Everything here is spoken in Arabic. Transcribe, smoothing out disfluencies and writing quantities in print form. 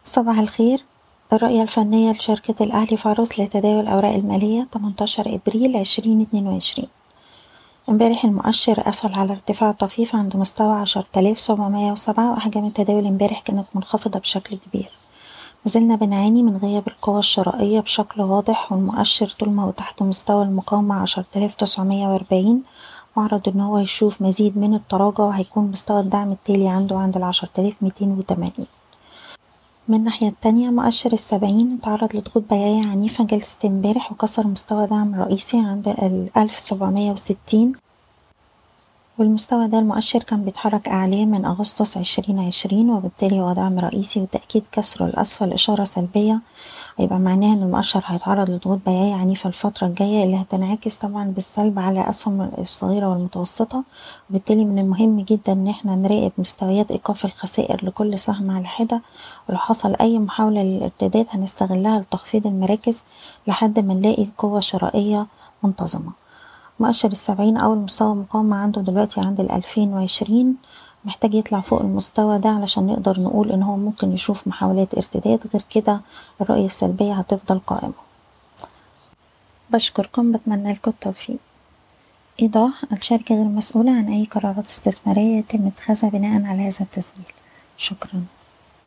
صباح الخير. الرؤية الفنية لشركة الأهلي فاروس لتداول الأوراق المالية 18 إبريل 2022. امبارح المؤشر قفل على ارتفاع طفيف عند مستوى 10707 وأحجام التداول امبارح كانت منخفضة بشكل كبير. مازلنا بنعاني من غياب القوى الشرائية بشكل واضح، والمؤشر طول ما هو تحت مستوى المقاومة 10940 معرض ان هو يشوف مزيد من التراجع، وهيكون مستوى الدعم التالي عنده عند 10280. من الناحية التانية مؤشر ال70 اتعرض لضغوط بيعية عنيفة جلسة امبارح، وكسر مستوى دعم رئيسي عند 1760، والمستوى ده المؤشر كان بيتحرك أعلاه من أغسطس 2020، وبالتالي هو دعم رئيسي، وتأكيد كسره الأسفل إشارة سلبية هيبقى معناها إن المؤشر هيتعرض لضغوط بيعية عنيفة الفترة الجاية، اللي هتنعكس طبعا بالسلب على أسهم الصغيرة والمتوسطة. وبالتالي من المهم جدا إن احنا نراقب مستويات إيقاف الخسائر لكل سهم على حدة، ولو حصل أي محاولة للارتداد هنستغلها لتخفيض المراكز لحد ما نلاقي قوة شرائية منتظمة. مؤشر ال70 أول مستوى مقاومة عنده دلوقتي عند 2020، محتاج يطلع فوق المستوى ده علشان نقدر نقول ان هو ممكن يشوف محاولات ارتداد، غير كده الرؤية السلبية هتفضل قائمة. بشكركم، بتمنى لكم التوفيق. إيضاح: الشركة غير مسؤولة عن أي قرارات استثمارية يتم اتخاذها بناء على هذا التسجيل. شكرا.